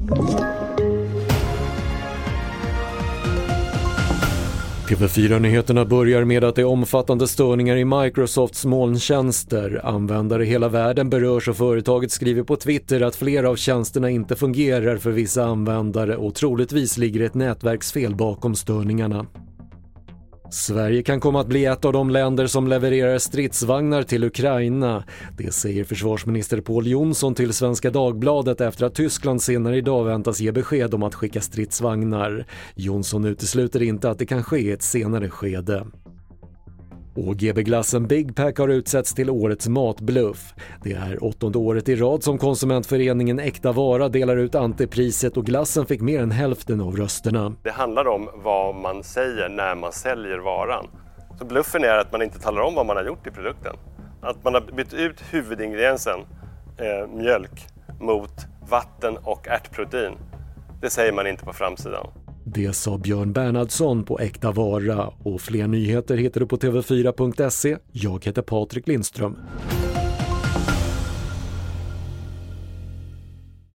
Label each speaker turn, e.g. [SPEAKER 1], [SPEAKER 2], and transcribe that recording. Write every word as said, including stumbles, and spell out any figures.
[SPEAKER 1] T V fyra-nyheterna börjar med att det är omfattande störningar i Microsofts molntjänster. Användare i hela världen berörs och företaget skriver på Twitter att flera av tjänsterna inte fungerar för vissa användare och troligtvis ligger ett nätverksfel bakom störningarna. Sverige kan komma att bli ett av de länder som levererar stridsvagnar till Ukraina. Det säger försvarsminister Pål Jonsson till Svenska Dagbladet efter att Tyskland senare idag väntas ge besked om att skicka stridsvagnar. Jonsson utesluter inte att det kan ske i ett senare skede. Och G B-glassen Big Pack har utsetts till årets matbluff. Det är åttonde året i rad som konsumentföreningen Äkta Vara delar ut antipriset och glassen fick mer än hälften av rösterna.
[SPEAKER 2] Det handlar om vad man säger när man säljer varan. Så bluffen är att man inte talar om vad man har gjort i produkten. Att man har bytt ut huvudingrediensen, eh, mjölk, mot vatten och ärtprotein. Det säger man inte på framsidan.
[SPEAKER 1] Det sa Björn Bernhardsson på Äkta Vara och fler nyheter hittar du på T V fyra punkt se. Jag heter Patrik Lindström.